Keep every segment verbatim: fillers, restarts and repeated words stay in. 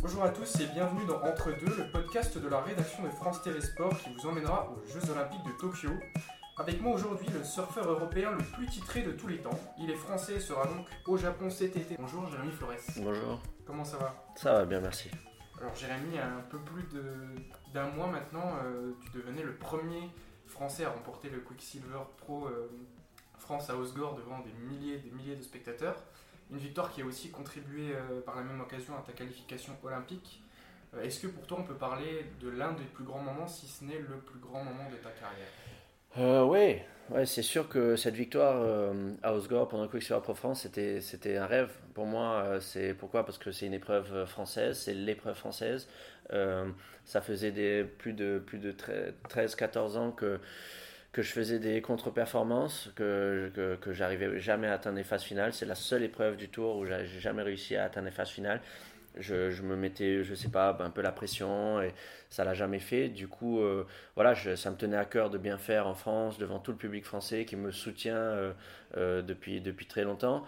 Bonjour à tous et bienvenue dans Entre deux, le podcast de la rédaction de France Télésport qui vous emmènera aux Jeux Olympiques de Tokyo. Avec moi aujourd'hui, le surfeur européen le plus titré de tous les temps. Il est français et sera donc au Japon cet été. Bonjour Jérémy Flores. Bonjour. Comment ça va ? Ça va bien, merci. Alors Jérémy, il y a un peu plus de, d'un mois maintenant, euh, tu devenais le premier français à remporter le Quicksilver Pro euh, France à Osgore devant des milliers et des milliers de spectateurs. Une victoire qui a aussi contribué euh, par la même occasion à ta qualification olympique. Euh, est-ce que pour toi on peut parler de l'un des plus grands moments, si ce n'est le plus grand moment de ta carrière ? Euh, oui, ouais, c'est sûr que cette victoire euh, à Osgore pendant le Quicksilver Pro France, c'était, c'était un rêve pour moi. Euh, c'est pourquoi ? Parce que c'est une épreuve française, c'est l'épreuve française. Euh, ça faisait des, plus de, plus de treize quatorze ans que, que je faisais des contre-performances, que, que, que j'arrivais jamais à atteindre les phases finales. C'est la seule épreuve du tour où j'ai jamais réussi à atteindre les phases finales. Je, je me mettais, je sais pas, un peu la pression et ça l'a jamais fait. Du coup, euh, voilà, je, ça me tenait à cœur de bien faire en France, devant tout le public français qui me soutient euh, euh, depuis, depuis très longtemps.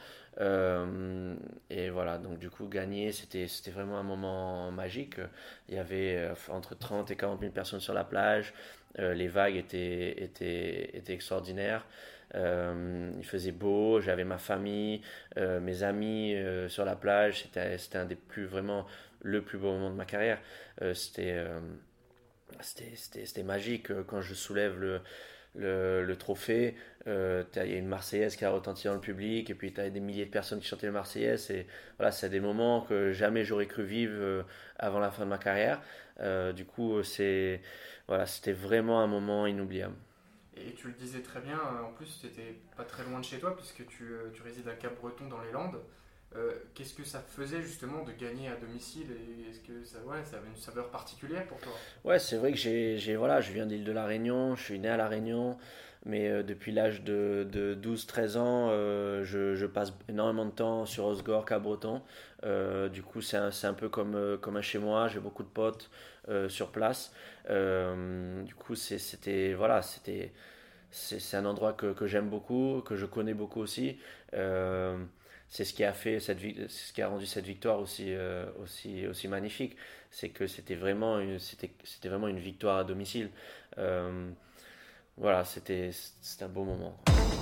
Euh, et voilà, donc du coup, gagner, c'était, c'était vraiment un moment magique. Il y avait euh, entre trente et quarante mille personnes sur la plage. Euh, les vagues étaient, étaient, étaient extraordinaires. Euh, il faisait beau, j'avais ma famille, euh, mes amis euh, sur la plage. C'était, c'était un des plus, vraiment, le plus beau moment de ma carrière. Euh, c'était, euh, c'était, c'était, c'était magique quand je soulève le, le, le trophée. Euh, il y a une Marseillaise qui a retenti dans le public, et puis tu as des milliers de personnes qui chantaient le Marseillaise. Et voilà, c'est des moments que jamais j'aurais cru vivre euh, avant la fin de ma carrière. Euh, du coup, c'est, voilà, c'était vraiment un moment inoubliable. Et tu le disais très bien, en plus tu n'étais pas très loin de chez toi puisque tu, tu résides à Cap-Breton dans les Landes. Euh, qu'est-ce que ça faisait justement de gagner à domicile et est-ce que ça, ouais, ça avait une saveur particulière pour toi ? Ouais, c'est vrai que j'ai, j'ai, voilà, je viens de l'île de la Réunion, je suis né à la Réunion, mais euh, depuis l'âge de, de douze treize ans, euh, je, je passe énormément de temps sur Osgore, Cap-Breton. Euh, du coup, c'est un, c'est un peu comme, euh, comme un chez moi, j'ai beaucoup de potes euh, sur place. Euh, du coup, c'est, c'était, voilà, c'était, c'est, c'est un endroit que, que j'aime beaucoup, que je connais beaucoup aussi. Euh, c'est ce qui a fait cette, c'est ce qui a rendu cette victoire aussi, euh, aussi, aussi magnifique. C'est que c'était vraiment une, c'était, c'était vraiment une victoire à domicile. Euh, voilà, c'était, c'était un beau moment.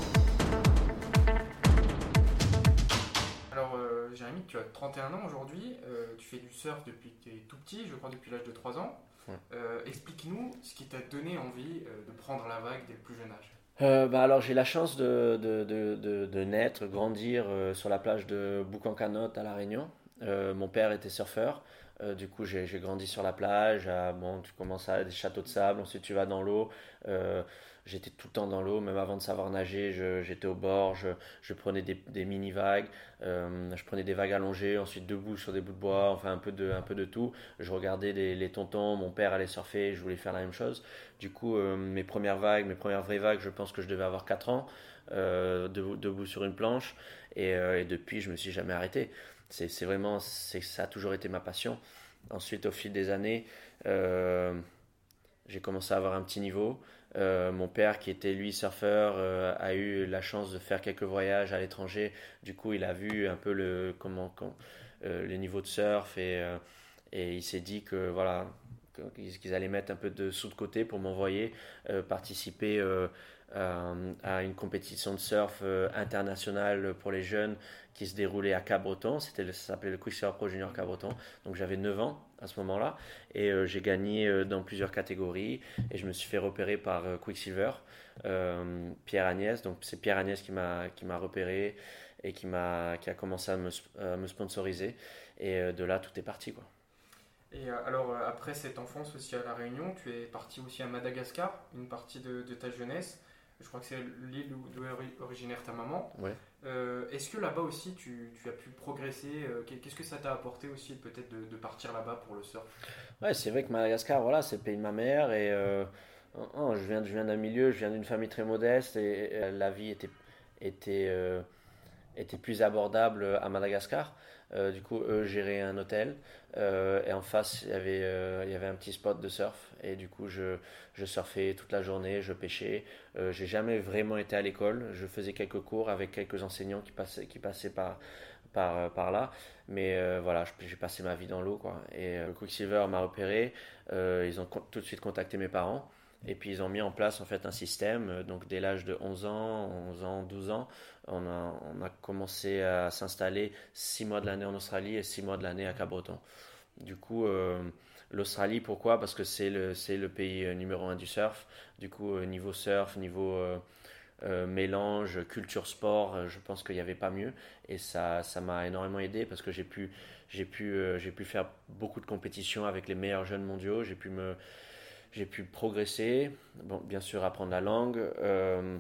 Alors euh, Jérémy, tu as trente et un ans aujourd'hui, euh, tu fais du surf depuis que tu es tout petit, je crois depuis l'âge de trois ans. Ouais. Euh, explique-nous ce qui t'a donné envie euh, de prendre la vague dès le plus jeune âge. Euh, bah alors j'ai la chance de, de, de, de, de naître, grandir euh, sur la plage de Boucan-Canotte à La Réunion. Euh, mon père était surfeur, euh, du coup j'ai, j'ai grandi sur la plage. À, bon, tu commences à des châteaux de sable, ensuite tu vas dans l'eau. Euh, j'étais tout le temps dans l'eau, même avant de savoir nager, je, j'étais au bord, je, je prenais des, des mini-vagues, euh, je prenais des vagues allongées, ensuite debout sur des bouts de bois, enfin un peu de, un peu de tout. Je regardais les, les tontons, mon père allait surfer, je voulais faire la même chose. Du coup, euh, mes premières vagues, mes premières vraies vagues, je pense que je devais avoir quatre ans, euh, debout, debout sur une planche. Et, euh, et depuis, je me suis jamais arrêté. C'est, c'est vraiment, c'est, ça a toujours été ma passion. Ensuite, au fil des années, euh, j'ai commencé à avoir un petit niveau. Euh, mon père, qui était lui surfeur, euh, a eu la chance de faire quelques voyages à l'étranger. Du coup, il a vu un peu le, comment, comment, euh, les niveaux de surf et, euh, et il s'est dit que voilà, qu'ils allaient mettre un peu de sous de côté pour m'envoyer euh, participer euh, à, à une compétition de surf euh, internationale pour les jeunes qui se déroulait à Cap-Breton. C'était, ça s'appelait le Quicksilver Pro Junior Cap-Breton. Donc j'avais neuf ans à ce moment-là et euh, j'ai gagné euh, dans plusieurs catégories et je me suis fait repérer par euh, Quicksilver, euh, Pierre Agnès. Donc c'est Pierre Agnès qui m'a, qui m'a repéré et qui, m'a, qui a commencé à me, à me sponsoriser et euh, de là tout est parti, quoi. Et euh, alors, euh, après cette enfance aussi à La Réunion, tu es parti aussi à Madagascar, une partie de, de ta jeunesse. Je crois que c'est l'île d'où est originaire ta maman. Ouais. Euh, est-ce que là-bas aussi tu, tu as pu progresser ? euh, Qu'est-ce que ça t'a apporté aussi peut-être de, de partir là-bas pour le surf ? Ouais, c'est vrai que Madagascar, voilà, c'est le pays de ma mère et euh, oh, oh, je viens, je viens d'un milieu, je viens d'une famille très modeste et, et la vie était, était, euh, était plus abordable à Madagascar. Euh, du coup, eux géraient un hôtel euh, et en face, il y avait, euh, il y avait un petit spot de surf et du coup, je, je surfais toute la journée, je pêchais. Euh, j'ai jamais vraiment été à l'école. Je faisais quelques cours avec quelques enseignants qui passaient, qui passaient par, par, par là. Mais euh, voilà, j'ai passé ma vie dans l'eau, quoi. Et euh, le Quicksilver m'a repéré. Euh, ils ont con- tout de suite contacté mes parents. Et puis ils ont mis en place en fait un système. euh, Donc dès l'âge de onze ans, onze ans, douze ans, on a, on a commencé à s'installer six mois de l'année en Australie et six mois de l'année à Cap-Breton. Du coup, euh, l'Australie, pourquoi? Parce que c'est le, c'est le pays euh, numéro un du surf. Du coup, euh, niveau surf, niveau euh, euh, mélange, culture sport, euh, je pense qu'il n'y avait pas mieux. Et ça, ça m'a énormément aidé parce que j'ai pu, j'ai pu, euh, j'ai pu faire beaucoup de compétitions avec les meilleurs jeunes mondiaux. J'ai pu me, j'ai pu progresser. Bon, bien sûr, apprendre la langue. Euh,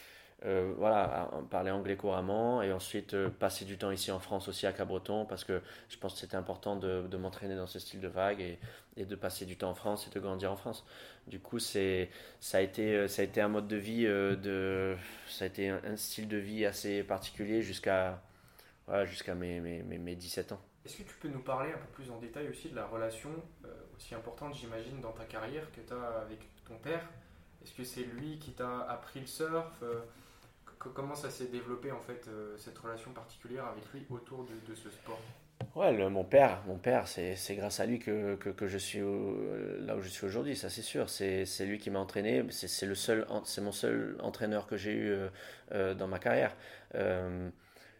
euh, voilà, parler anglais couramment et ensuite euh, passer du temps ici en France aussi à Cabreton parce que je pense que c'était important de, de m'entraîner dans ce style de vague et, et de passer du temps en France et de grandir en France. Du coup, c'est, ça a été, euh, ça a été un mode de vie, euh, de, ça a été un, un style de vie assez particulier jusqu'à voilà, jusqu'à mes, mes, mes, mes dix-sept ans. Est-ce que tu peux nous parler un peu plus en détail aussi de la relation euh, aussi importante, j'imagine, dans ta carrière que tu as avec ton père? Est-ce que c'est lui qui t'a appris le surf? Euh, c- Comment ça s'est développé en fait, euh, cette relation particulière avec lui autour de, de ce sport? Ouais, le- mon père, mon père, c'est, c'est grâce à lui que, que, que je suis au- là où je suis aujourd'hui, ça c'est sûr. C'est, c'est lui qui m'a entraîné. C'est, c'est le seul, en- c'est mon seul entraîneur que j'ai eu euh, euh, dans ma carrière. Euh,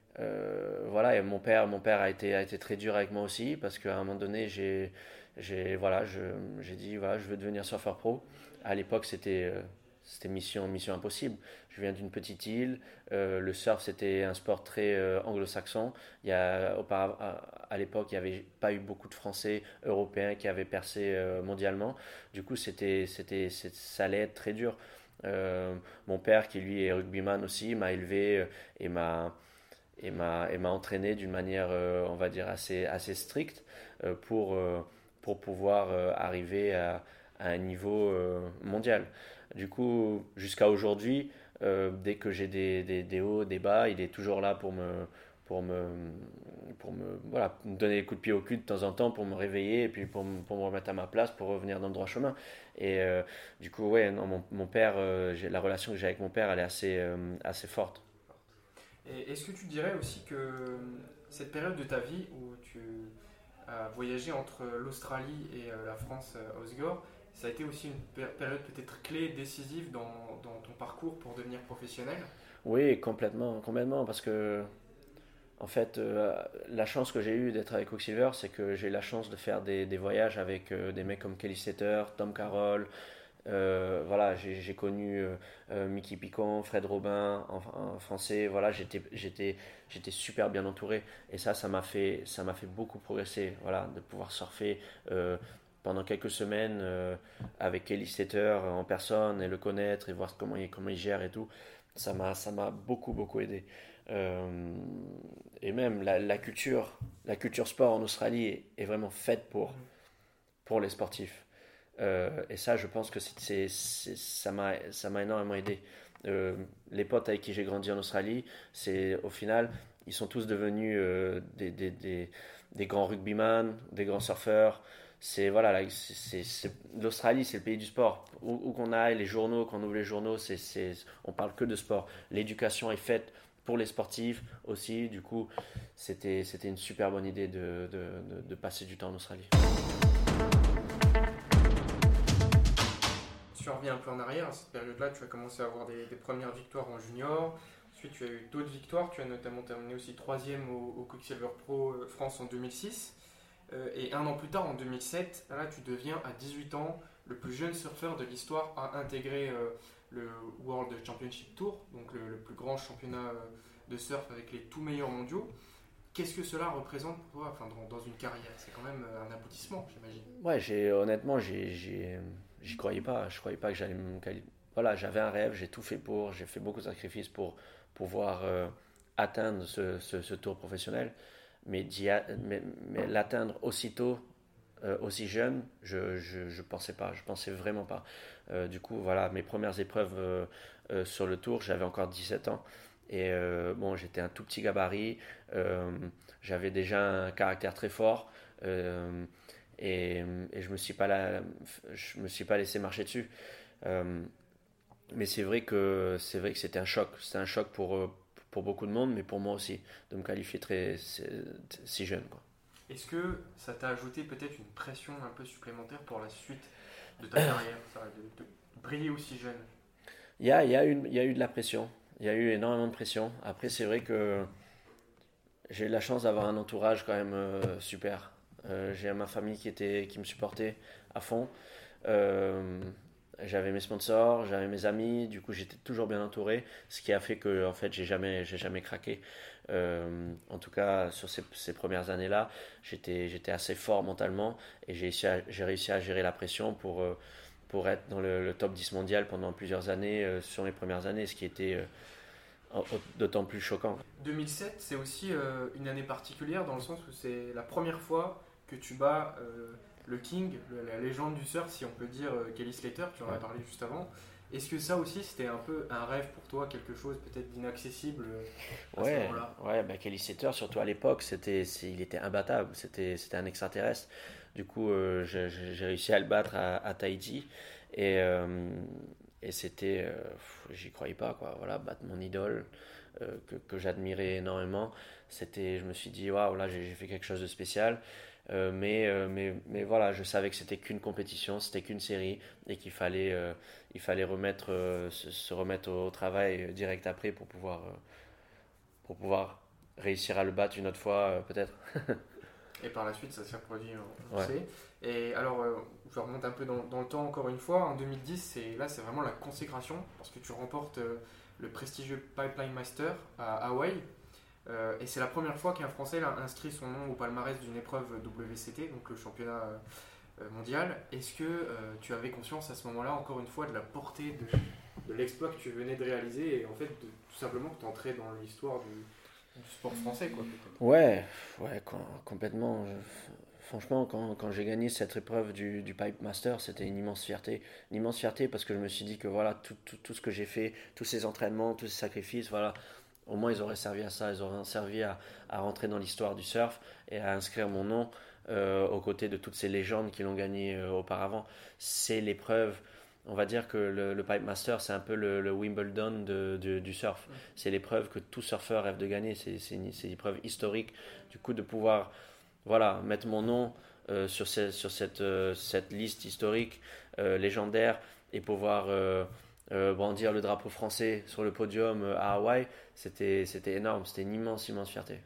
euh, voilà, et mon père, mon père a été, a été très dur avec moi aussi parce qu'à un moment donné, j'ai, j'ai, voilà, je, j'ai dit, voilà, je veux devenir surfeur pro. À l'époque, c'était, euh, c'était mission, mission impossible. Je viens d'une petite île. Euh, le surf, c'était un sport très euh, anglo-saxon. Il y a, auparavant, à, à l'époque, il n'y avait pas eu beaucoup de Français, Européens qui avaient percé euh, mondialement. Du coup, c'était, c'était, c'est- ça allait être très dur. Euh, Mon père, qui lui est rugbyman aussi, m'a élevé euh, et m'a et m'a et m'a entraîné d'une manière, euh, on va dire, assez, assez stricte euh, pour, euh, pour pouvoir euh, arriver à, à un niveau euh, mondial. Du coup, jusqu'à aujourd'hui, euh, dès que j'ai des, des, des hauts, des bas, il est toujours là pour me, pour me, pour me, voilà, me donner des coups de pied au cul de temps en temps pour me réveiller et puis pour, me- pour me remettre à ma place, pour revenir dans le droit chemin. Et euh, du coup, ouais, non, mon, mon père, euh, j'ai, la relation que j'ai avec mon père, elle est assez, euh, assez forte. Et est-ce que tu dirais aussi que euh, cette période de ta vie où tu as voyagé entre l'Australie et euh, la France euh, à Osgore, ça a été aussi une péri- période peut-être clé, décisive dans, dans ton parcours pour devenir professionnel? Oui, complètement, complètement, parce que en fait, euh, la chance que j'ai eue d'être avec Quicksilver, c'est que j'ai eu la chance de faire des, des voyages avec euh, des mecs comme Kelly Slater, Tom Carroll. Euh, voilà, j'ai j'ai connu euh, euh, Mickey Picon, Fred Robin en, en français. Voilà, j'étais j'étais j'étais super bien entouré et ça, ça m'a fait ça m'a fait beaucoup progresser. Voilà, de pouvoir surfer euh, pendant quelques semaines euh, avec Kelly Slater en personne et le connaître et voir comment il comment il gère et tout. Ça m'a ça m'a beaucoup beaucoup aidé. Euh, et même la, la culture la culture sport en Australie est, est vraiment faite pour Mhm. pour les sportifs. Euh, et ça, je pense que c'est, c'est- c'est- ça m'a, ça m'a énormément aidé. Euh, les potes avec qui j'ai grandi en Australie, c'est au final, ils sont tous devenus euh, des, des, des, des grands rugbyman, des grands surfeurs. C'est voilà, là, c'est, c'est- c'est- l'Australie, c'est le pays du sport. Où, où qu'on aille, les journaux, quand on ouvre les journaux, c'est, c'est, on parle que de sport. L'éducation est faite pour les sportifs aussi. Du coup, c'était, c'était une super bonne idée de, de, de, de passer du temps en Australie. Si on revient un peu en arrière, à cette période-là, tu as commencé à avoir des, des premières victoires en junior. Ensuite, tu as eu d'autres victoires. Tu as notamment terminé aussi troisième au, au Quicksilver Pro euh, France en deux mille six. Euh, et un an plus tard, en deux mille sept, là, tu deviens à dix-huit ans le plus jeune surfeur de l'histoire à intégrer euh, le World Championship Tour, donc le, le plus grand championnat euh, de surf avec les tout meilleurs mondiaux. Qu'est-ce que cela représente pour toi, enfin, dans, dans une carrière? C'est quand même euh, un aboutissement, j'imagine. Ouais, j'ai honnêtement, j'ai, j'ai, j'y croyais pas. Je croyais pas que j'allais me quali- Voilà, j'avais un rêve, j'ai tout fait pour, j'ai fait beaucoup de sacrifices pour pouvoir euh, atteindre ce, ce- ce tour professionnel. Mais, d'y a- mais, mais l'atteindre aussitôt, euh, aussi jeune, je, je, je pensais pas, je pensais vraiment pas. Euh, du coup, voilà, mes premières épreuves euh, euh, sur le tour, j'avais encore dix-sept ans. Et euh, bon, j'étais un tout petit gabarit, euh, j'avais déjà un caractère très fort. euh, et, et je me suis pas la- je me suis pas laissé marcher dessus. Euh, mais c'est vrai que c'est vrai que c'était un choc, c'était un choc pour euh, pour beaucoup de monde, mais pour moi aussi, de me qualifier très, si jeune, quoi. Est-ce que ça t'a ajouté peut-être une pression un peu supplémentaire pour la suite de ta carrière, ça, de, de briller aussi jeune? Il y a, il y a eu, il y a eu de la pression. Il y a eu énormément de pression. Après, c'est vrai que j'ai eu la chance d'avoir un entourage quand même euh, super. Euh, j'ai ma famille qui, était, qui me supportait à fond. Euh, j'avais mes sponsors, j'avais mes amis, du coup j'étais toujours bien entouré, ce qui a fait que en fait j'ai jamais, j'ai jamais craqué. Euh, en tout cas sur ces, ces premières années-là, j'étais, j'étais assez fort mentalement et j'ai réussi à, j'ai réussi à gérer la pression pour, euh, pour être dans le, le top dix mondial pendant plusieurs années euh, sur mes premières années, ce qui était euh, d'autant plus choquant. deux mille sept, c'est aussi euh, une année particulière dans le sens où c'est la première fois que tu bats euh, le King, le, la légende du surf, si on peut dire, euh, Kelly Slater, tu en as Ouais. parlé juste avant. Est-ce que ça aussi c'était un peu un rêve pour toi, quelque chose peut-être d'inaccessible euh, à ce Ouais, moment-là? ouais, bah Kelly Slater, surtout à l'époque, c'était, c'est- il était imbattable, c'était, c'était un extraterrestre. Du coup, euh, j'ai, j'ai- j'ai réussi à le battre à, à Tahiti et, euh, et c'était, euh, pff, j'y croyais pas, quoi. Voilà, battre mon idole euh, que, que j'admirais énormément, c'était, je me suis dit, waouh, là j'ai j'ai fait quelque chose de spécial. Euh, mais, euh, mais, mais voilà, je savais que c'était qu'une compétition, c'était qu'une série et qu'il fallait, euh, il fallait remettre, euh, se, se remettre au, au travail euh, direct après pour pouvoir, euh, pour pouvoir réussir à le battre une autre fois, euh, peut-être. Et par la suite, ça s'est reproduit, on, on Ouais. sait. Et alors, euh, je remonte un peu dans, dans le temps encore une fois. En deux mille dix, c'est, là, c'est vraiment la consécration parce que tu remportes euh, le prestigieux Pipeline Master à Hawaï. Euh, et c'est la première fois qu'un Français a inscrit son nom au palmarès d'une épreuve W C T, donc le championnat euh, mondial. Est-ce que euh, tu avais conscience à ce moment-là, encore une fois, de la portée de, de l'exploit que tu venais de réaliser et en fait, de, tout simplement que tu entrais dans l'histoire du, du sport français, quoi, peut-être? Ouais, ouais, com- complètement. Je- Franchement, quand, quand j'ai gagné cette épreuve du, du Pipe Master, c'était une immense fierté. Une immense fierté parce que je me suis dit que voilà, tout, tout, tout ce que j'ai fait, tous ces entraînements, tous ces sacrifices, voilà, au moins ils auraient servi à ça, ils auraient servi à, à rentrer dans l'histoire du surf et à inscrire mon nom euh, aux côtés de toutes ces légendes qui l'ont gagné euh, auparavant. C'est l'épreuve, on va dire que le, le Pipe Master, c'est un peu le, le Wimbledon de, de- du surf. C'est l'épreuve que tout surfeur rêve de gagner, c'est c'est une, c'est une épreuve historique. Du coup, de pouvoir voilà, mettre mon nom euh, sur, ce- sur cette, euh, cette liste historique euh, légendaire et pouvoir euh, euh, brandir le drapeau français sur le podium euh, à Hawaï, c'était, c'était énorme, c'était une immense, immense fierté.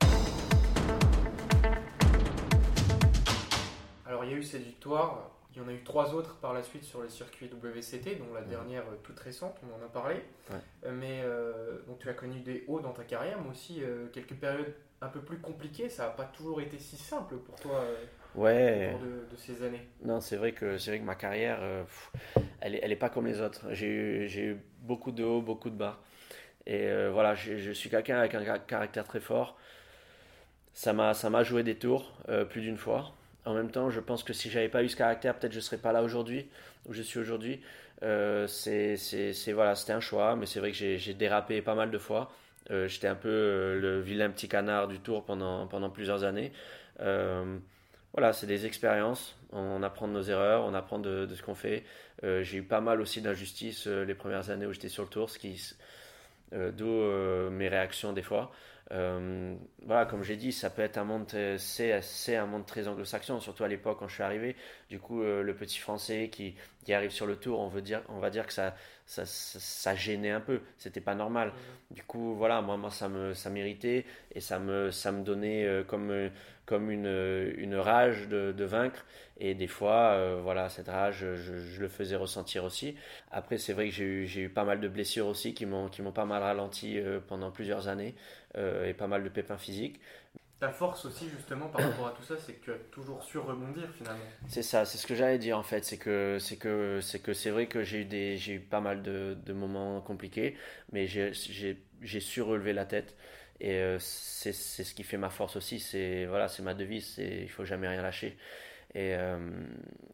Alors, il y a eu cette victoire. Il y en a eu trois autres par la suite sur les circuits W C T, dont la dernière euh, toute récente, on en a parlé. Ouais. Euh, Mais euh, donc tu as connu des hauts dans ta carrière, mais aussi euh, quelques périodes un peu plus compliquées. Ça n'a pas toujours été si simple pour toi euh, au Ouais, cours de, de ces années. non, c'est vrai que, c'est vrai que ma carrière, euh, pff, elle est, elle est pas comme les autres. J'ai eu, j'ai eu beaucoup de hauts, beaucoup de bas. Et euh, voilà, je, je suis quelqu'un avec un caractère très fort. Ça m'a, ça m'a joué des tours euh, plus d'une fois. En même temps, je pense que si j'avais pas eu ce caractère, peut-être je serais pas là aujourd'hui, où je suis aujourd'hui. Euh, c'est, c'est, c'est, voilà, c'était un choix, mais c'est vrai que j'ai, j'ai dérapé pas mal de fois. Euh, j'étais un peu euh, le vilain petit canard du tour pendant, pendant plusieurs années. Euh, voilà, c'est des expériences. On apprend de nos erreurs, on apprend de, de ce qu'on fait. Euh, j'ai eu pas mal aussi d'injustices euh, les premières années où j'étais sur le tour, ce qui, euh, d'où euh, mes réactions des fois. Euh, voilà, comme j'ai dit, ça peut être un monde, euh, c'est, c'est un monde très anglo-saxon, surtout à l'époque quand je suis arrivé. Du coup, euh, le petit français qui, qui arrive sur le tour, on, veut dire, on va dire que ça, ça, ça, ça gênait un peu, c'était pas normal. Du coup, voilà, moi, moi ça, me, ça m'irritait et ça me, ça me donnait euh, comme, euh, comme une, euh, une rage de, de vaincre. Et des fois, euh, voilà, cette rage, je, je le faisais ressentir aussi. Après, c'est vrai que j'ai eu, j'ai eu pas mal de blessures aussi qui m'ont, qui m'ont pas mal ralenti euh, pendant plusieurs années euh, et pas mal de pépins physiques. Ta force aussi, justement, par rapport à tout ça, c'est que tu as toujours su rebondir finalement. C'est ça, c'est ce que j'allais dire en fait, c'est que c'est que c'est que c'est vrai que j'ai eu des j'ai eu pas mal de, de moments compliqués, mais j'ai j'ai j'ai su relever la tête et euh, c'est c'est ce qui fait ma force aussi, c'est voilà, c'est ma devise, c'est il faut jamais rien lâcher. Et euh,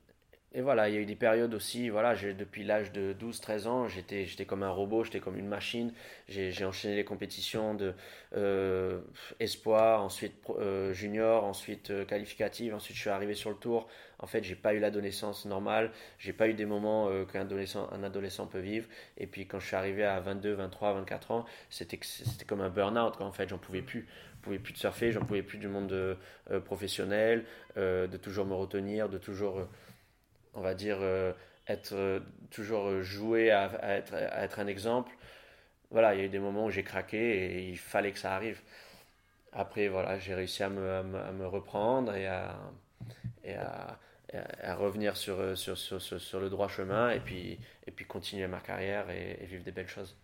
et voilà, il y a eu des périodes aussi, voilà, j'ai, depuis l'âge de douze treize ans, j'étais, j'étais comme un robot, j'étais comme une machine. J'ai, j'ai enchaîné les compétitions de euh, espoir, ensuite pro- euh, junior, ensuite euh, qualificative, ensuite je suis arrivé sur le tour. En fait, j'ai pas eu l'adolescence normale, j'ai pas eu des moments euh, qu'un adolescent, un adolescent peut vivre. Et puis quand je suis arrivé à vingt-deux, vingt-trois, vingt-quatre ans, c'était, c'était comme un burn-out, quoi, en fait, j'en pouvais plus. Je pouvais plus de surfer, j'en pouvais plus du monde euh, euh, professionnel, euh, de toujours me retenir, de toujours... euh, on va dire, euh, être euh, toujours euh, joué à, à être, à être un exemple. Voilà, il y a eu des moments où j'ai craqué et il fallait que ça arrive. Après, voilà, j'ai réussi à me, à me, à me reprendre et à, et à, à revenir sur, euh, sur, sur, sur, sur le droit chemin et puis, et puis continuer ma carrière et, et vivre des belles choses.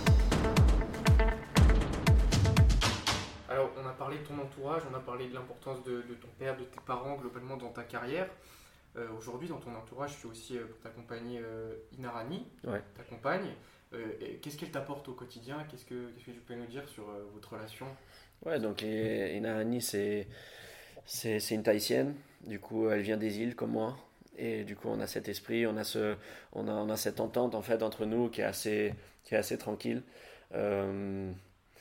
Alors, on a parlé de ton entourage, on a parlé de l'importance de, de ton père, de tes parents globalement dans ta carrière. Euh, Aujourd'hui, dans ton entourage, tu es aussi euh, pour t'accompagner euh, Inarani, Ouais. ta compagne. Euh, et qu'est-ce qu'elle t'apporte au quotidien? Qu'est-ce que, qu'est-ce que tu peux nous dire sur euh, votre relation? Ouais, donc les- Inarani, c'est, c'est, c'est une Tahitienne. Du coup, elle vient des îles comme moi. Et du coup, on a cet esprit, on a, ce, on a, on a cette entente en fait entre nous qui est assez, qui est assez tranquille. Euh,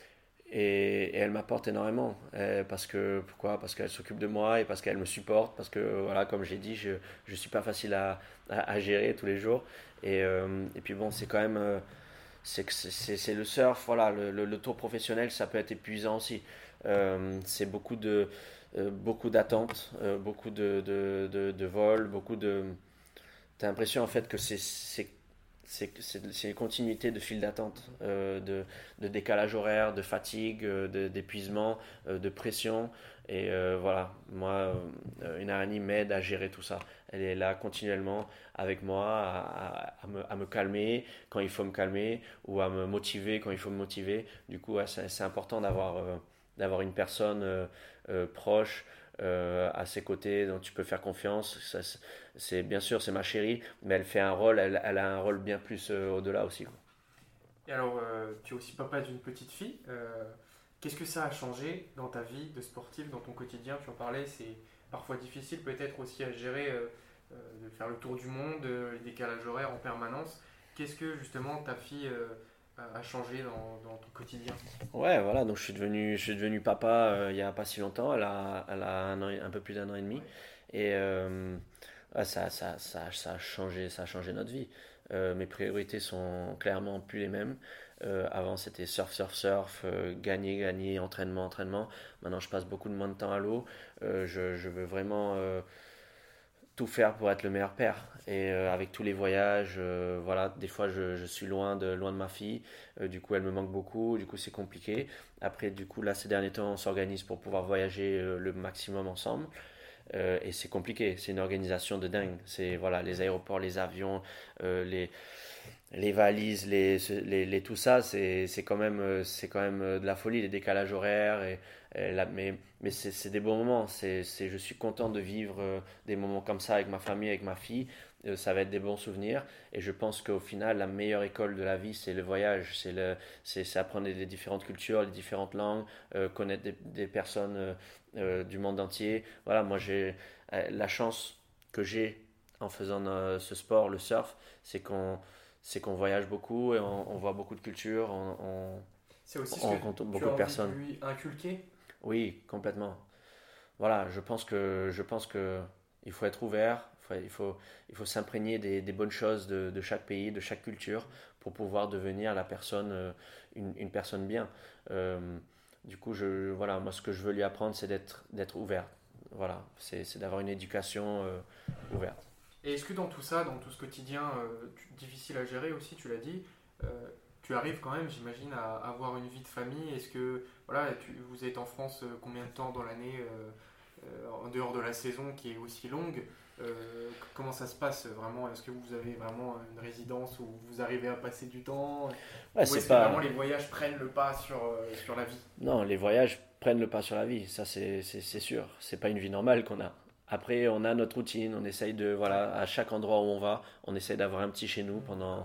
et, et elle m'apporte énormément. Euh, parce que, pourquoi? Parce qu'elle s'occupe de moi et parce qu'elle me supporte. Parce que, voilà, comme j'ai dit, je ne suis pas facile à, à, à gérer tous les jours. Et, euh, et puis bon, c'est quand même. euh, c'est que c'est- c'est c'est le surf, voilà, le, le- le tour professionnel, ça peut être épuisant aussi. Euh, c'est beaucoup de, euh, beaucoup d'attentes, euh, beaucoup de, de, de, de vols, beaucoup de. T'as l'impression en fait que c'est c'est c'est c'est- c'est une continuité de fil d'attente, euh, de, de décalage horaire, de fatigue, euh, de- d'épuisement, euh, de pression. Et euh, voilà, moi, euh, une araignée m'aide à gérer tout ça. Elle est là continuellement avec moi à, à- à me, à me calmer quand il faut me calmer ou à me motiver quand il faut me motiver. Du coup, ouais, c'est c'est important d'avoir euh, d'avoir une personne euh, euh, proche euh, à ses côtés dont tu peux faire confiance. Ça, c'est bien sûr c'est ma chérie, mais elle fait un rôle, elle, elle a un rôle bien plus euh, au-delà aussi, quoi. Et alors, euh, tu es aussi papa d'une petite fille. Euh, qu'est-ce que ça a changé dans ta vie de sportif, dans ton quotidien? Tu en parlais, c'est parfois difficile peut-être aussi à gérer, euh, euh, de faire le tour du monde, euh, les décalages horaires en permanence. Qu'est-ce que justement ta fille euh, a a changé dans, dans ton quotidien? Ouais, voilà, donc je suis devenu, je suis devenu papa euh, il y a pas si longtemps, elle a, elle a un an et- un peu plus d'un an et demi, Ouais. et euh, ouais, ça, ça, ça, ça a changé, ça a changé notre vie. Euh, mes priorités sont clairement plus les mêmes. Euh, avant, c'était surf, surf, surf, euh, gagner, gagner, entraînement, entraînement. Maintenant, je passe beaucoup de moins de temps à l'eau. Euh, je, je veux vraiment euh, tout faire pour être le meilleur père. Et euh, avec tous les voyages, euh, voilà, des fois je, je suis loin de, loin de ma fille, euh, du coup elle me manque beaucoup, du coup c'est compliqué. Après, du coup, là ces derniers temps, on s'organise pour pouvoir voyager euh, le maximum ensemble. Euh, et c'est compliqué, c'est une organisation de dingue. C'est voilà, les aéroports, les avions, euh, les, les valises, les, les, les- tout ça, c'est c'est quand même, euh, c'est quand même euh, de la folie, les décalages horaires. Et, et la- mais mais c'est c'est des bons moments. C'est, c'est, je suis content de vivre euh, des moments comme ça avec ma famille, avec ma fille. Euh, ça va être des bons souvenirs. Et je pense qu'au final, la meilleure école de la vie, c'est le voyage. C'est le, c'est, c'est apprendre les différentes cultures, les différentes langues, euh, connaître des, des personnes euh, euh, du monde entier. Voilà, moi j'ai euh, la chance que j'ai en faisant euh, ce sport, le surf, c'est qu'on c'est qu'on voyage beaucoup et on, on voit beaucoup de cultures, on, on, C'est aussi on ce que rencontre tu beaucoup as de envie de personnes. lui inculquer? Oui, complètement. Voilà, je pense que je pense que il faut être ouvert, il faut, il faut, il faut s'imprégner des, des bonnes choses de, de chaque pays, de chaque culture, pour pouvoir devenir la personne, euh, une, une personne bien. Euh, du coup, je, voilà, moi, ce que je veux lui apprendre, c'est d'être, d'être ouvert. Voilà, c'est, c'est d'avoir une éducation euh, ouverte. Et est-ce que dans tout ça, dans tout ce quotidien euh, tu- difficile à gérer aussi, tu l'as dit, euh, tu arrives quand même, j'imagine, à avoir une vie de famille? Est-ce que, voilà, tu- vous êtes en France euh, combien de temps dans l'année, euh, euh, en dehors de la saison qui est aussi longue? Euh, c- comment ça se passe vraiment? Est-ce que vous avez vraiment une résidence où vous arrivez à passer du temps? Ouais, Ou c'est est-ce que vraiment pas. les voyages prennent le pas sur, euh, sur la vie? Non, les voyages prennent le pas sur la vie, ça c'est c'est- c'est sûr. C'est pas une vie normale qu'on a. Après, on a notre routine, on essaye de, Ouais, voilà, à chaque endroit où on va, on essaye d'avoir un petit chez nous pendant, d'accord.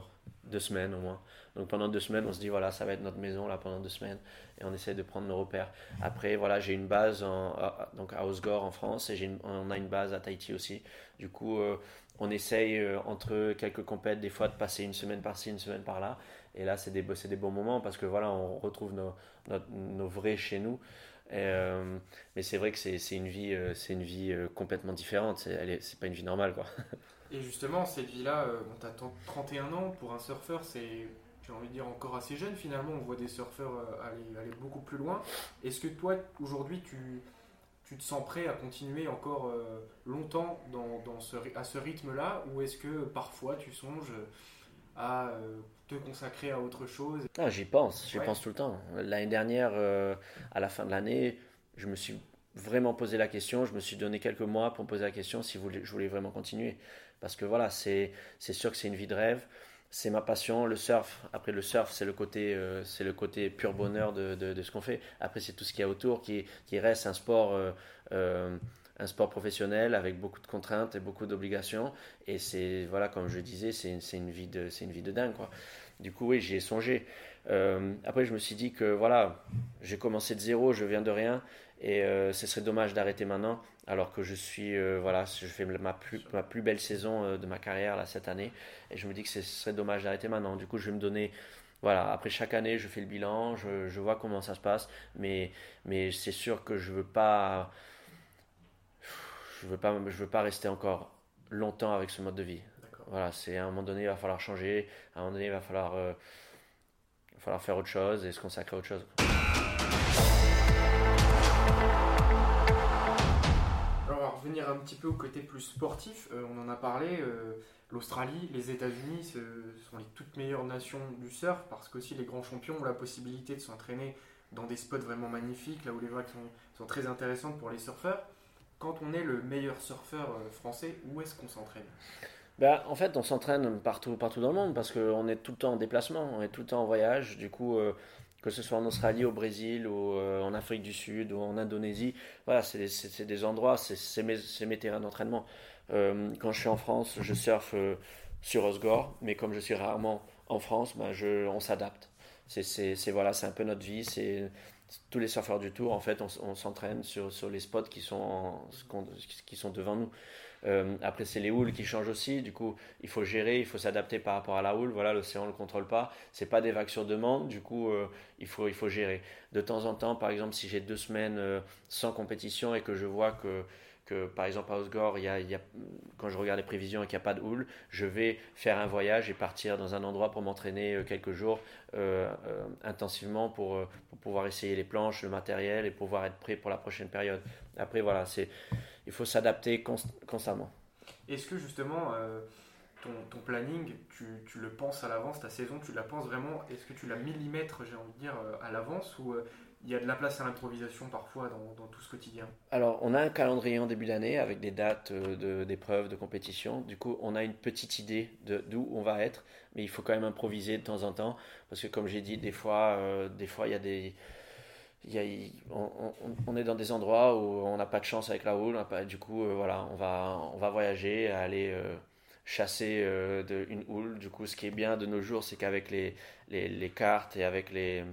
deux semaines au moins. Donc pendant deux semaines, on se dit voilà, ça va être notre maison là pendant deux semaines et on essaie de prendre nos repères. Après, voilà, j'ai une base en, à, donc à Osgore en France et j'ai une, on a une base à Tahiti aussi. Du coup, euh, on essaye euh, entre quelques compètes des fois de passer une semaine par-ci, une semaine par-là. Et là, c'est des, c'est des bons moments parce que voilà, on retrouve nos, notre- nos vrais chez nous. Et, euh, mais c'est vrai que c'est, c'est une vie, euh, c'est une vie euh, complètement différente. C'est, elle est, c'est pas une vie normale, quoi. Et justement, cette vie-là, euh, bon, t'as trente et un ans, pour un surfeur, c'est, j'ai envie de dire, encore assez jeune finalement. On voit des surfeurs euh, aller, aller beaucoup plus loin. Est-ce que toi, aujourd'hui, tu, tu te sens prêt à continuer encore euh, longtemps dans, dans ce, ry- à ce rythme-là, ou est-ce que parfois tu songes à euh, te consacrer à autre chose? Ah, j'y pense, j'y Ouais, pense tout le temps. L'année dernière, euh, à la fin de l'année, je me suis vraiment posé la question. Je me suis donné quelques mois pour me poser la question si vous voulez- je voulais vraiment continuer. Parce que voilà, c'est, c'est sûr que c'est une vie de rêve. C'est ma passion, le surf. Après, le surf, c'est le côté, euh, c'est le côté pur bonheur de, de, de ce qu'on fait. Après, c'est tout ce qu'il y a autour qui, qui reste un sport, euh, euh, un sport professionnel avec beaucoup de contraintes et beaucoup d'obligations. Et c'est, voilà, comme je disais, c'est, c'est une vie de, c'est une vie de dingue, quoi. Du coup, oui, j'y ai songé. Euh, après, je me suis dit que voilà, j'ai commencé de zéro, je viens de rien, et euh, ce serait dommage d'arrêter maintenant, alors que je suis, euh, voilà, je fais ma plus, ma plus belle saison euh, de ma carrière là, cette année, et je me dis que ce serait dommage d'arrêter maintenant. Du coup, je vais me donner, voilà, après chaque année, je fais le bilan, je, je vois comment ça se passe, mais, mais c'est sûr que je veux pas, je veux pas, je veux pas rester encore longtemps avec ce mode de vie. d'accord. Voilà, c'est à un moment donné, il va falloir changer, à un moment donné, il va falloir euh, il va falloir faire autre chose et se consacrer à autre chose. Alors, on va revenir un petit peu au côté plus sportif. Euh, on en a parlé. euh, L'Australie, les États-Unis ce sont les toutes meilleures nations du surf parce qu'aussi les grands champions ont la possibilité de s'entraîner dans des spots vraiment magnifiques, là où les vagues sont, sont très intéressantes pour les surfeurs. Quand on est le meilleur surfeur euh, français, où est-ce qu'on s'entraîne? Bah, en fait, on s'entraîne partout, partout dans le monde parce qu'on est tout le temps en déplacement, on est tout le temps en voyage. Du coup, euh, que ce soit en Australie, au Brésil, ou euh, en Afrique du Sud, ou en Indonésie, voilà, c'est des, c'est- c'est des endroits, c'est c'est mes, c'est mes terrains d'entraînement. Euh, quand je suis en France, je surfe euh, sur Osgore, mais comme je suis rarement en France, bah, je, on s'adapte. C'est c'est- c'est- voilà, c'est un peu notre vie. C'est tous les surfeurs du tour, en fait, on, s- on s'entraîne sur, sur les spots qui sont, en- qui sont devant nous. Euh, après, c'est les houles qui changent aussi. Du coup, il faut gérer, il faut s'adapter par rapport à la houle. Voilà, l'océan ne le contrôle pas. C'est pas des vagues sur demande. Du coup, euh, il faut, il faut gérer. De temps en temps, par exemple, si j'ai deux semaines euh, sans compétition et que je vois que, que par exemple, à Osgore, il y a, il y a- quand je regarde les prévisions et qu'il n'y a pas de houle, je vais faire un voyage et partir dans un endroit pour m'entraîner euh, quelques jours euh, euh, intensivement pour, euh, pour pouvoir essayer les planches, le matériel et pouvoir être prêt pour la prochaine période. Après, voilà, c'est, il faut s'adapter const- constamment. Est-ce que justement, euh, ton, ton planning, tu, tu le penses à l'avance, ta saison, tu la penses vraiment, est-ce que tu la millimètres, j'ai envie de dire, euh, à l'avance, ou euh, il y a de la place à l'improvisation parfois dans, dans tout ce quotidien? Alors, on a un calendrier en début d'année avec des dates euh, de- d'épreuves, de compétition. Du coup, on a une petite idée de d'où on va être, mais il faut quand même improviser de temps en temps parce que, comme j'ai dit, des fois, euh, des fois, il y a des, il y a- il- on, on- on est dans des endroits où on n'a pas de chance avec la houle. On n'a pas- du coup, euh, voilà, on va, on va voyager, aller euh, chasser euh, de, une houle. Du coup, ce qui est bien de nos jours, c'est qu'avec les, les, les cartes et avec les,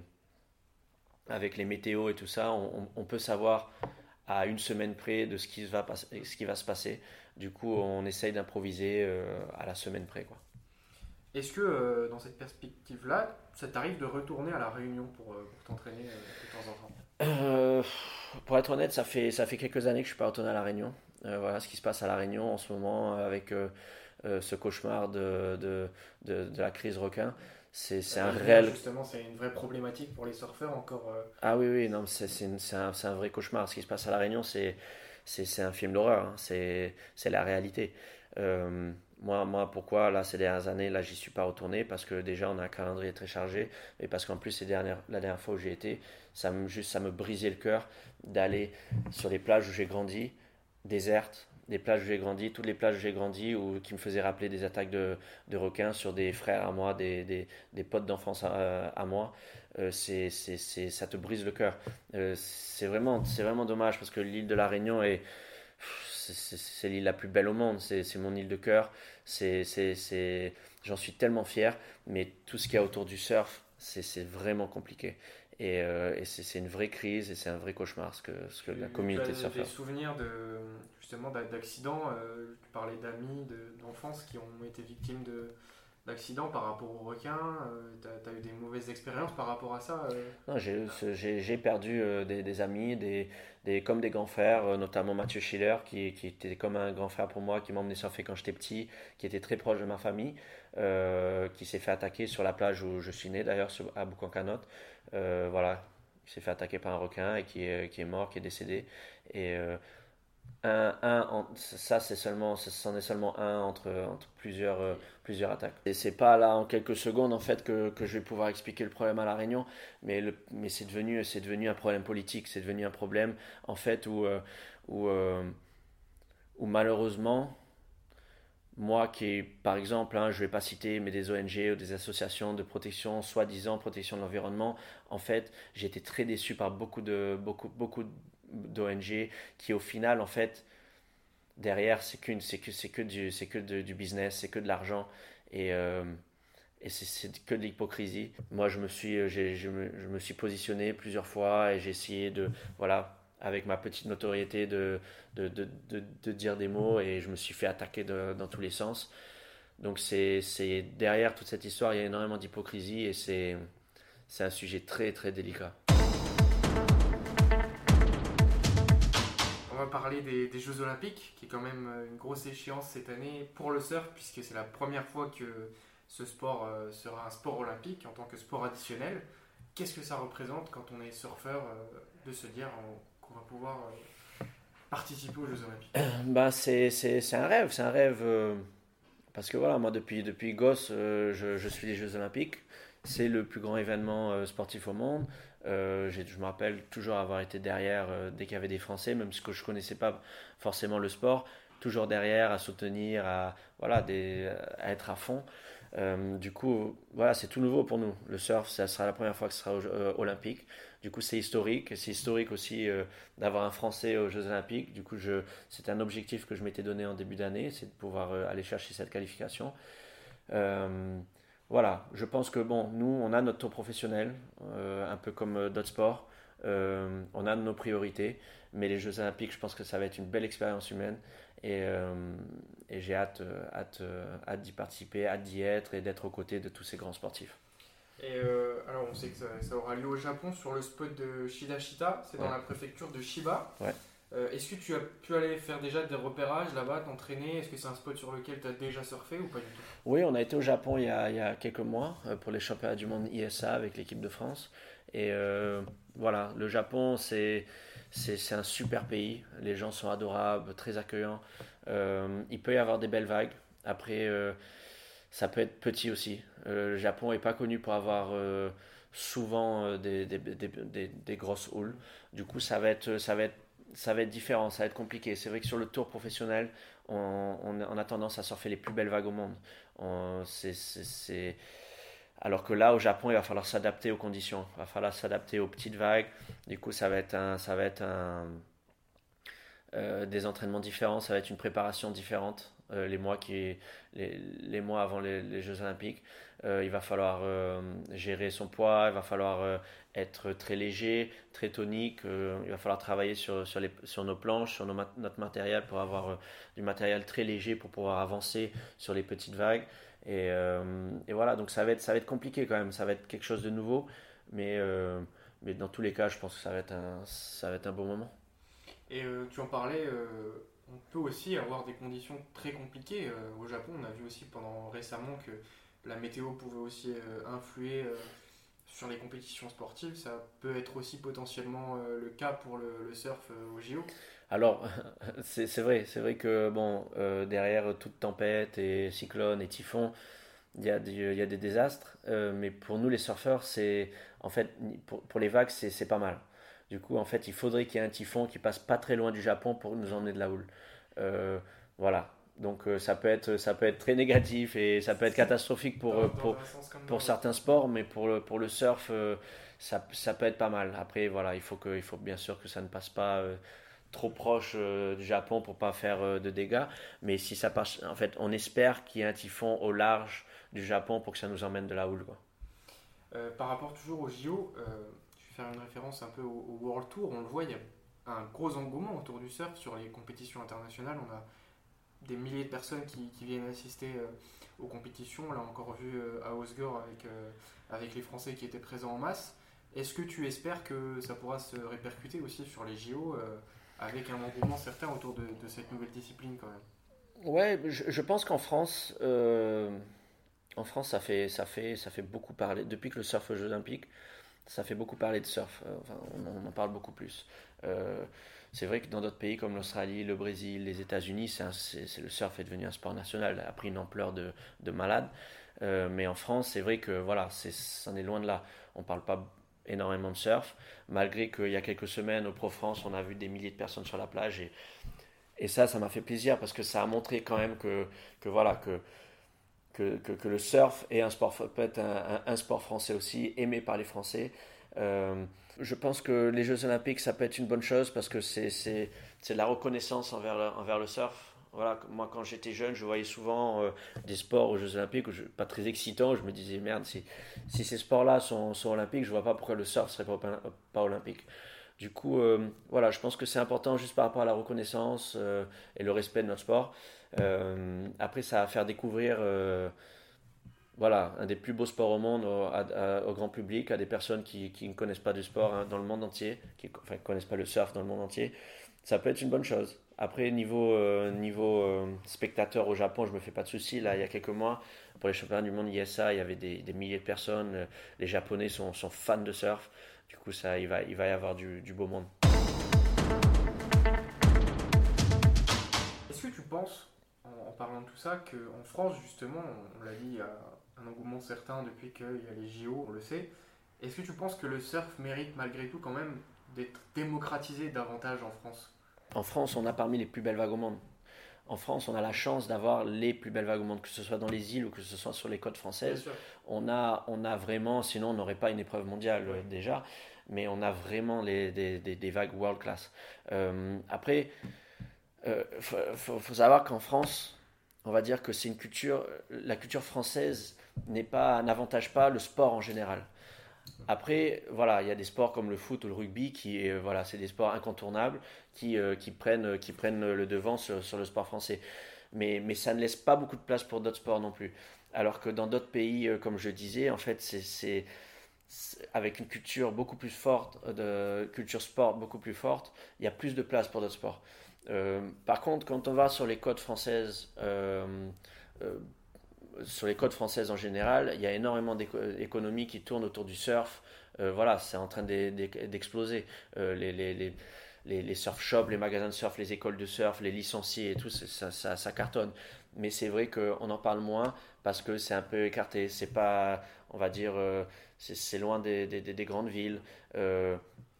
avec les météos et tout ça, on, on- on peut savoir à une semaine près de ce qui va, pas- ce qui va se passer. Du coup, on essaye d'improviser euh, à la semaine près, quoi. Est-ce que euh, dans cette perspective-là, ça t'arrive de retourner à la Réunion pour, euh, pour t'entraîner euh, de temps en temps? Euh, pour être honnête, ça fait, ça fait quelques années que je suis pas retourné à La Réunion. Euh, voilà ce qui se passe à La Réunion en ce moment avec euh, euh, ce cauchemar de, de, de, de la crise requin. C'est, c'est un J'allais venir réel. justement, c'est une vraie problématique pour les surfeurs encore. euh, Ah oui, oui, non, c'est, c'est, une- c'est un, c'est un vrai cauchemar. Ce qui se passe à La Réunion, c'est, c'est, c'est un film d'horreur, hein. C'est, c'est la réalité. Euh, moi, moi, pourquoi là, ces dernières années, là, j'y suis pas retourné parce que déjà, on a un calendrier très chargé et parce qu'en plus, ces dernières, la dernière fois où j'ai été, ça me, juste, ça me brisait le cœur d'aller sur les plages où j'ai grandi, désertes, des plages où j'ai grandi, toutes les plages où j'ai grandi, ou qui me faisaient rappeler des attaques de, de requins sur des frères à moi, des, des, des potes d'enfance à, à moi. Euh, c'est, c'est, c'est, ça te brise le cœur. Euh, c'est vraiment, c'est vraiment dommage parce que l'île de la Réunion est, c'est, c'est, c'est l'île la plus belle au monde, c'est, c'est mon île de cœur, c'est, c'est, c'est, j'en suis tellement fier, mais tout ce qu'il y a autour du surf, c'est, c'est vraiment compliqué. Et, euh, et c'est, c'est une vraie crise et c'est un vrai cauchemar ce que, ce que Tu, la tu as communauté des surfeur. souvenirs de, justement d'a- d'accidents, euh, tu parlais d'amis, de- d'enfance qui ont été victimes de, d'accidents par rapport aux requins, tu as, eu des mauvaises expériences par rapport à ça euh Non, j'ai, ce- j'ai, j'ai perdu euh, des, des amis, des, des, comme des grands frères, euh, notamment Mathieu Schiller, qui, qui était comme un grand frère pour moi, qui m'a emmené surfer quand j'étais petit, qui était très proche de ma famille, euh, qui s'est fait attaquer sur la plage où je suis né d'ailleurs, sur- à Boucancanotte. Euh, voilà, il s'est fait attaquer par un requin et qui est, qui est mort, qui est décédé. Et euh, un, un en- ça c'est seulement, c'en est seulement un entre, entre plusieurs, euh, plusieurs attaques. Et c'est pas là en quelques secondes en fait que, que je vais pouvoir expliquer le problème à La Réunion, mais, le, mais c'est devenu, c'est devenu un problème politique, c'est devenu un problème en fait où, euh, où, euh, où malheureusement, moi qui, par exemple, hein, je ne vais pas citer, mais des O N G ou des associations de protection, soi-disant protection de l'environnement, en fait, j'ai été très déçu par beaucoup de beaucoup beaucoup d'O N G qui, au final, en fait, derrière, c'est qu'une, c'est que c'est que du, c'est que de- du business, c'est que de l'argent et euh, et c'est, c'est que de l'hypocrisie. Moi, je me suis, j'ai, je me, je me suis positionné plusieurs fois et j'ai essayé de, voilà, avec ma petite notoriété, de, de, de, de, de dire des mots et je me suis fait attaquer de- dans tous les sens. Donc, c'est, c'est derrière toute cette histoire, il y a énormément d'hypocrisie et c'est, c'est un sujet très, très délicat. On va parler des, des Jeux Olympiques, qui est quand même euh, une grosse échéance cette année pour le surf, puisque c'est la première fois que ce sport euh, sera un sport olympique en tant que sport additionnel. Qu'est-ce que ça représente quand on est surfeur euh, de se dire euh, qu'on va pouvoir euh, participer aux Jeux Olympiques? Bah, c'est, c'est, c'est un rêve, c'est un rêve. euh, Parce que voilà, moi depuis, depuis gosse, euh, je, je suis les Jeux Olympiques. C'est le plus grand événement euh, sportif au monde. Euh, j'ai- je me rappelle toujours avoir été derrière euh, dès qu'il y avait des Français, même si que je ne connaissais pas forcément le sport, toujours derrière à soutenir, à, voilà, des, à être à fond. Euh, du coup, voilà, c'est tout nouveau pour nous. Le surf, ça sera la première fois que ce sera aux Jeux, euh, olympique. Du coup, c'est historique. C'est historique aussi euh, d'avoir un Français aux Jeux Olympiques. Du coup, je, c'est un objectif que je m'étais donné en début d'année, c'est de pouvoir euh, aller chercher cette qualification. Euh, voilà, je pense que bon, nous, on a notre tour professionnel, euh, un peu comme euh, d'autres sports. Euh, on a nos priorités, mais les Jeux Olympiques, je pense que ça va être une belle expérience humaine et, euh, et j'ai hâte, euh, hâte, euh, hâte d'y participer, hâte d'y être et d'être aux côtés de tous ces grands sportifs. Et euh, alors, on sait que ça, ça aura lieu au Japon sur le spot de Shidashita, c'est dans Ouais. la préfecture de Chiba. Ouais. Euh, est-ce que tu as pu aller faire déjà des repérages là-bas, t'entraîner? Est-ce que c'est un spot sur lequel tu as déjà surfé ou pas du tout? Oui, on a été au Japon il y a, il y a quelques mois euh, pour les championnats du monde I S A avec l'équipe de France. Et euh, voilà, le Japon, c'est, c'est, c'est un super pays. Les gens sont adorables, très accueillants. Euh, il peut y avoir des belles vagues. Après, euh, ça peut être petit aussi. Euh, le Japon n'est pas connu pour avoir euh, souvent euh, des, des, des, des, des grosses houles. Du coup, ça va être, ça va être, ça va être différent, ça va être compliqué. C'est vrai que sur le tour professionnel, on, on, on a tendance à surfer les plus belles vagues au monde. On- c'est, c'est, c'est- Alors que là, au Japon, il va falloir s'adapter aux conditions. Il va falloir s'adapter aux petites vagues. Du coup, ça va être un, ça va être un, euh, des entraînements différents, ça va être une préparation différente. Euh, les, mois qui, les, les mois avant les, les Jeux Olympiques, euh, il va falloir euh, gérer son poids, il va falloir euh, être très léger, très tonique, euh, il va falloir travailler sur, sur, les, sur nos planches, sur nos, notre matériel pour avoir euh, du matériel très léger pour pouvoir avancer sur les petites vagues. Et, euh, et voilà, donc ça va, être, ça va être compliqué quand même, ça va être quelque chose de nouveau, mais, euh, mais dans tous les cas, je pense que ça va être un, ça va être un bon moment. Et euh, tu en parlais, euh, on peut aussi avoir des conditions très compliquées. Euh, au Japon, on a vu aussi pendant récemment que la météo pouvait aussi euh, influer euh, sur les compétitions sportives. Ça peut être aussi potentiellement euh, le cas pour le, le surf euh, au J O. Alors, c'est c'est vrai, c'est vrai que bon, euh, derrière toute tempête et cyclone et typhon, il y a des, il y a des désastres, euh, mais pour nous les surfeurs, c'est en fait pour, pour les vagues, c'est c'est pas mal. Du coup, en fait, il faudrait qu'il y ait un typhon qui passe pas très loin du Japon pour nous emmener de la houle. Euh, voilà. Donc euh, ça peut être ça peut être très négatif et ça peut être catastrophique pour Dans, euh, dans pour un sens comme dans pour l'autre. certains sports, mais pour le pour le surf, euh, ça ça peut être pas mal. Après, voilà, il faut que il faut bien sûr que ça ne passe pas euh, trop proche euh, du Japon pour pas faire euh, de dégâts. Mais si ça passe, en fait, on espère qu'il y ait un typhon au large du Japon pour que ça nous emmène de la houle, quoi. Euh, par rapport toujours aux J O, euh, je vais faire une référence un peu au, au World Tour. On le voit, il y a un gros engouement autour du surf sur les compétitions internationales. On a des milliers de personnes qui, qui viennent assister euh, aux compétitions. On l'a encore vu euh, à Osgore avec, euh, avec les Français qui étaient présents en masse. Est-ce que tu espères que ça pourra se répercuter aussi sur les J O euh, avec un engouement certain autour de, de cette nouvelle discipline quand même? Ouais, je, je pense qu'en France, euh, en France, ça fait, ça fait, ça fait beaucoup parler. Depuis que le surf aux Jeux Olympiques, ça fait beaucoup parler de surf. Euh, Enfin, on, on en parle beaucoup plus. Euh, c'est vrai que dans d'autres pays comme l'Australie, le Brésil, les États-Unis, c'est un- c'est- c'est- le surf est devenu un sport national, a pris une ampleur de, de malade. Euh, mais en France, c'est vrai que voilà, c'est, c'en est loin de là. On parle pas énormément de surf, malgré qu'il y a quelques semaines au Pro France, on a vu des milliers de personnes sur la plage et, et ça, ça m'a fait plaisir parce que ça a montré quand même que, que voilà, que que, que, que le surf est un sport, peut être un, un, un sport français aussi, aimé par les Français. Euh, je pense que les Jeux Olympiques, ça peut être une bonne chose parce que c'est, c'est, c'est de la reconnaissance envers le, envers le surf. Voilà, moi quand j'étais jeune, je voyais souvent euh, des sports aux Jeux Olympiques, je, pas très excitants. Je me disais, merde, si, si ces sports-là sont, sont olympiques, je vois pas pourquoi le surf serait pas, pas olympique. Du coup, euh, voilà, je pense que c'est important juste par rapport à la reconnaissance euh, et le respect de notre sport. Euh, après, ça va faire découvrir euh, voilà, un des plus beaux sports au monde au, à- à- au grand public, à des personnes qui, qui ne connaissent pas du sport hein, dans le monde entier, qui ne connaissent pas le surf dans le monde entier. Ça peut être une bonne chose. Après, niveau, euh, niveau euh, spectateur au Japon, je me fais pas de soucis. Là, il y a quelques mois, pour les championnats du monde I S A, il y avait des, des milliers de personnes. Euh, Les Japonais sont, sont fans de surf. Du coup, ça, il va, il va y avoir du, du beau monde. Est-ce que tu penses, en, en parlant de tout ça, qu'en France, justement, on, on l'a dit, il y a un engouement certain depuis qu'il y a les J O, on le sait. Est-ce que tu penses que le surf mérite malgré tout quand même d'être démocratisé davantage en France? En France, on a parmi les plus belles vagues au monde. En France, on a la chance d'avoir les plus belles vagues au monde, que ce soit dans les îles ou que ce soit sur les côtes Bien françaises. sûr. On a, on a vraiment, sinon on n'aurait pas une épreuve mondiale Oui. euh, déjà, mais on a vraiment les, des, des- des vagues world class. Euh, après, il faut, faut- faut savoir qu'en France, on va dire que c'est une culture, la culture française n'est pas, n'avantage pas le sport en général. Après, voilà, il y a des sports comme le foot ou le rugby qui, euh, voilà, c'est des sports incontournables qui, euh, qui prennent, qui prennent le devant sur, sur le sport français. Mais, mais ça ne laisse pas beaucoup de place pour d'autres sports non plus. Alors que dans d'autres pays, euh, comme je disais, en fait, c'est, c'est, c'est- avec une culture beaucoup plus forte, euh, de culture sport beaucoup plus forte, il y a plus de place pour d'autres sports. Euh, par contre, quand on va sur les côtes françaises, euh, euh, sur les côtes françaises en général, il y a énormément d'économies qui tournent autour du surf. Euh, voilà, c'est en train d'exploser. Euh, les, les, les, les, les surf shops, les magasins de surf, les écoles de surf, les licenciés et tout, ça, ça, ça cartonne. Mais c'est vrai qu'on en parle moins parce que c'est un peu écarté. C'est pas, on va dire, euh, c'est loin des, des, des, grandes villes. Euh,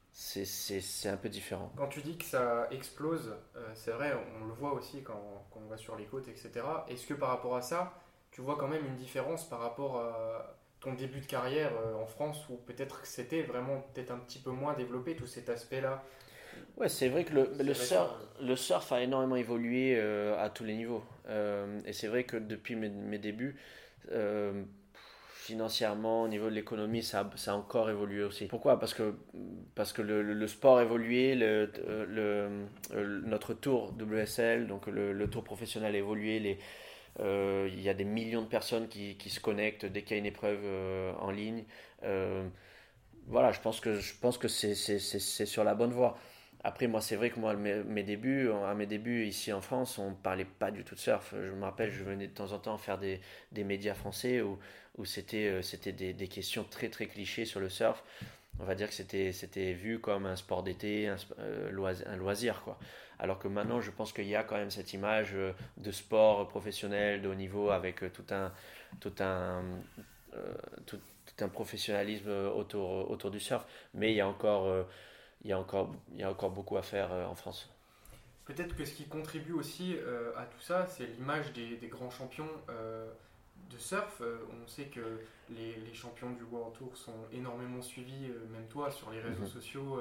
c'est un peu différent. Quand tu dis que ça explose, euh, c'est vrai, on, on le voit aussi quand, quand on va sur les côtes, et cetera. Est-ce que par rapport à ça, tu vois quand même une différence par rapport à ton début de carrière euh, en France où peut-être que c'était vraiment peut-être un petit peu moins développé tout cet aspect-là? Ouais, c'est vrai que le, C'est le, récent. surf, le surf a énormément évolué euh, à tous les niveaux. Euh, et c'est vrai que depuis mes, mes débuts, euh, financièrement, au niveau de l'économie, ça, a- ça a encore évolué aussi. Pourquoi? Parce que, parce que le, le- le sport a évolué, le, le- le- notre tour W S L, donc le, le tour professionnel a évolué, les, euh, il y a des millions de personnes qui, qui se connectent dès qu'il y a une épreuve euh, en ligne. Euh, voilà, je pense que, je pense que c'est c'est- c'est- c'est sur la bonne voie. Après, moi, c'est vrai que moi, mes, mes débuts, à mes débuts ici en France, on ne parlait pas du tout de surf. Je me rappelle, je venais de temps en temps faire des, des médias français où, où c'était euh, c'était des, des questions très très clichés sur le surf. On va dire que c'était c'était vu comme un sport d'été, un, sp- euh, loisir, un loisir, quoi. Alors que maintenant, je pense qu'il y a quand même cette image euh, de sport professionnel, de haut niveau, avec euh, tout un, tout un, euh, tout, tout un professionnalisme autour, autour du surf. Mais il y a encore, euh, il y a encore, il y a encore beaucoup à faire euh, en France. Peut-être que ce qui contribue aussi euh, à tout ça, c'est l'image des, des grands champions euh, de surf. Euh, on sait que les, les champions du World Tour sont énormément suivis, euh, même toi, sur les réseaux Mhm. sociaux. Euh,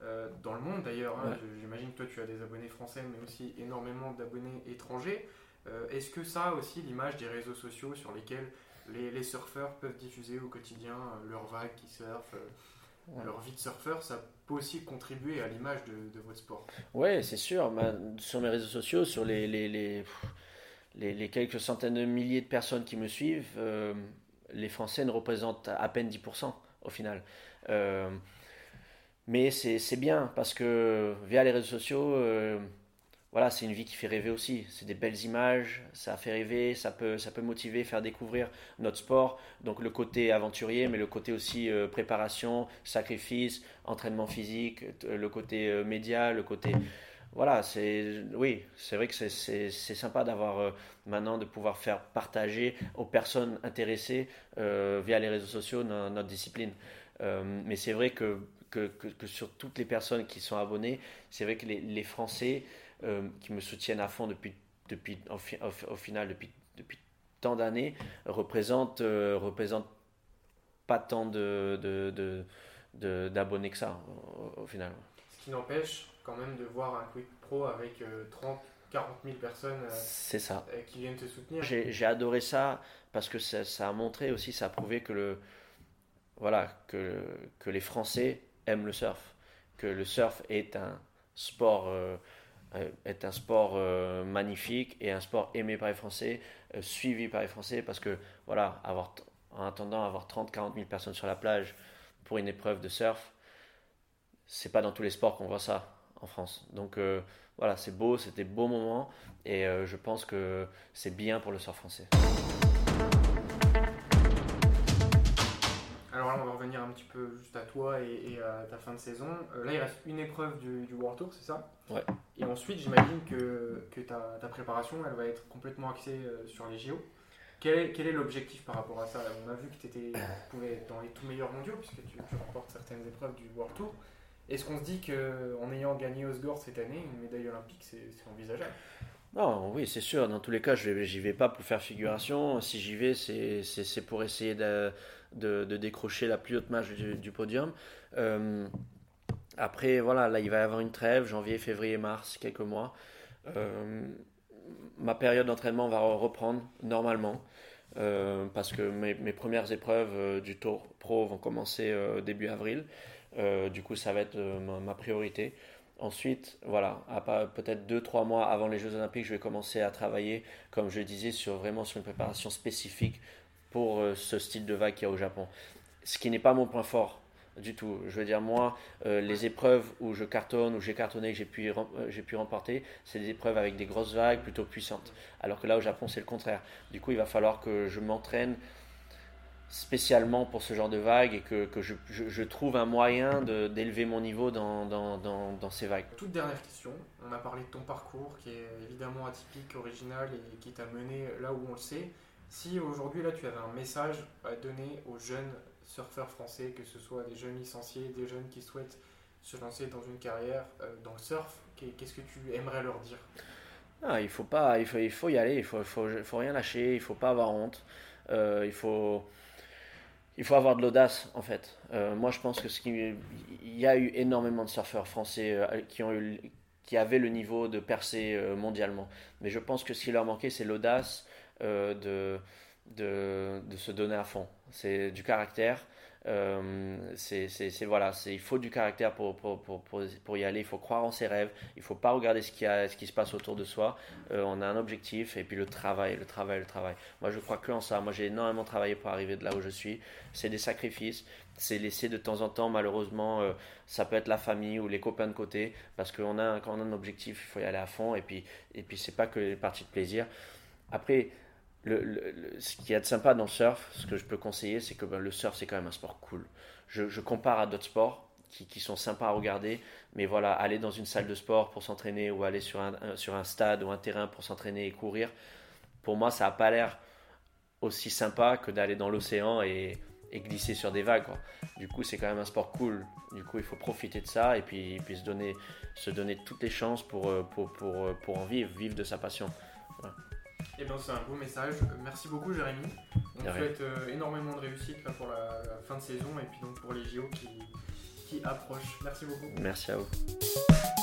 euh, dans le monde d'ailleurs. Hein. Ouais. J'imagine que toi tu as des abonnés français, mais aussi énormément d'abonnés étrangers. Euh, est-ce que ça a aussi l'image des réseaux sociaux sur lesquels les, les surfeurs peuvent diffuser au quotidien euh, leurs vagues qui surfent, euh, ouais. leur vie de surfeur, ça peut aussi contribuer à l'image de, de votre sport? Ouais, c'est sûr. Bah, sur mes réseaux sociaux, sur les, les, les, les, les quelques centaines de milliers de personnes qui me suivent, euh, les Français ne représentent à peine dix pour cent au final. Euh, mais c'est, c'est bien parce que via les réseaux sociaux, euh, voilà, c'est une vie qui fait rêver aussi. C'est des belles images, ça fait rêver, ça peut, ça peut motiver, faire découvrir notre sport. Donc le côté aventurier, mais le côté aussi euh, préparation, sacrifice, entraînement physique, le côté euh, média, le côté... Voilà, c'est, oui, c'est vrai que c'est, c'est, c'est sympa d'avoir euh, maintenant de pouvoir faire partager aux personnes intéressées euh, via les réseaux sociaux no- notre discipline. Euh, mais c'est vrai que, que, que, que sur toutes les personnes qui sont abonnées, c'est vrai que les, les Français euh, qui me soutiennent à fond depuis, depuis au, fi- au, au final depuis, depuis tant d'années représentent, euh, représentent pas tant de, de, de, de- d'abonnés que ça au, au final. Ce qui n'empêche quand même de voir un Quick Pro avec euh, trente quarante mille personnes euh, C'est ça. euh, qui viennent te soutenir. J'ai, j'ai adoré ça parce que ça, ça a montré aussi, ça a prouvé que, le, voilà, que, que les Français aiment le surf, que le surf est un sport, euh, est un sport euh, magnifique et un sport aimé par les Français, euh, suivi par les Français parce que voilà, avoir, en attendant avoir trente quarante mille personnes sur la plage pour une épreuve de surf, c'est pas dans tous les sports qu'on voit ça en France. Donc euh, voilà, c'est beau, c'était beau moment et euh, je pense que c'est bien pour le surf français. Alors là, on va revenir un petit peu juste à toi et, et à ta fin de saison. Euh, là, il reste une épreuve du, du World Tour, c'est ça? Ouais. Et ensuite, j'imagine que, que ta, ta préparation, elle va être complètement axée euh, sur les J O. Quel est, quel est l'objectif par rapport à ça? On a vu que tu pouvais être dans les tout meilleurs mondiaux puisque tu, tu remportes certaines épreuves du World Tour. Est-ce qu'on se dit qu'en ayant gagné Osgore cette année, une médaille olympique, c'est, c'est envisageable? Non, oui, c'est sûr. Dans tous les cas, je vais, j'y vais pas pour faire figuration. Si j'y vais, c'est, c'est, c'est pour essayer de, de, de décrocher la plus haute marge du, du podium. Euh, après, voilà, là, il va y avoir une trêve, janvier, février, mars, quelques mois. Euh, ma période d'entraînement va reprendre normalement. Euh, parce que mes, mes premières épreuves euh, du Tour Pro vont commencer euh, début avril. Euh, du coup, ça va être euh, ma, ma priorité. Ensuite, voilà, à pas- peut-être deux trois mois avant les Jeux Olympiques, je vais commencer à travailler, comme je le disais, sur, vraiment sur une préparation spécifique pour euh, ce style de vague qu'il y a au Japon. Ce qui n'est pas mon point fort du tout. Je veux dire, moi, euh, les épreuves où je cartonne, où j'ai cartonné, que j'ai pu, rem- euh, j'ai pu remporter, c'est des épreuves avec des grosses vagues plutôt puissantes. Alors que là, au Japon, c'est le contraire. Du coup, il va falloir que je m'entraîne spécialement pour ce genre de vagues et que, que je, je, je trouve un moyen de, d'élever mon niveau dans, dans, dans, dans ces vagues. Toute dernière question, on a parlé de ton parcours qui est évidemment atypique, original et qui t'a mené là où on le sait. Si aujourd'hui là tu avais un message à donner aux jeunes surfeurs français, que ce soit des jeunes licenciés, des jeunes qui souhaitent se lancer dans une carrière euh, dans le surf, qu'est-ce que tu aimerais leur dire? Ah, il faut pas, il faut, il faut y aller, il faut, faut, faut rien lâcher, il faut pas avoir honte, euh, il faut, il faut avoir de l'audace en fait. Euh, moi, je pense que ce qui, il y a eu énormément de surfeurs français euh, qui ont eu, qui avaient le niveau de percer euh, mondialement. Mais je pense que ce qui leur manquait, c'est l'audace euh, de, de, de se donner à fond. C'est du caractère. Euh, c'est, c'est, c'est- voilà, c'est, il faut du caractère pour, pour, pour, pour, pour y aller. Il faut croire en ses rêves. Il faut pas regarder ce qui, a, ce qui se passe autour de soi. Euh, on a un objectif et puis le travail, le travail, le travail. Moi, je crois que en ça. Moi, j'ai énormément travaillé pour arriver de là où je suis. C'est des sacrifices. C'est laisser de temps en temps, malheureusement, euh, ça peut être la famille ou les copains de côté. Parce qu'on a, quand on a un objectif, il faut y aller à fond. Et puis, et puis c'est pas que les parties de plaisir. Après, le, le- le- ce qu'il y a de sympa dans le surf, ce que je peux conseiller, c'est que ben, le surf, c'est quand même un sport cool. Je, je compare à d'autres sports qui, qui sont sympas à regarder, mais voilà, aller dans une salle de sport pour s'entraîner ou aller sur un, un- sur un stade ou un terrain pour s'entraîner et courir, pour moi, ça n'a pas l'air aussi sympa que d'aller dans l'océan et, et glisser sur des vagues, quoi. Du coup, c'est quand même un sport cool. Du coup, il faut profiter de ça et puis, et puis se donner, se donner toutes les chances pour, euh, pour, pour, euh, pour en vivre, vivre de sa passion. Voilà. Eh bien, c'est un beau message. Merci beaucoup, Jérémy. On te souhaite euh, énormément de réussite là, pour la, la fin de saison et puis donc pour les J O qui, qui qui approche. Merci beaucoup. Merci à vous.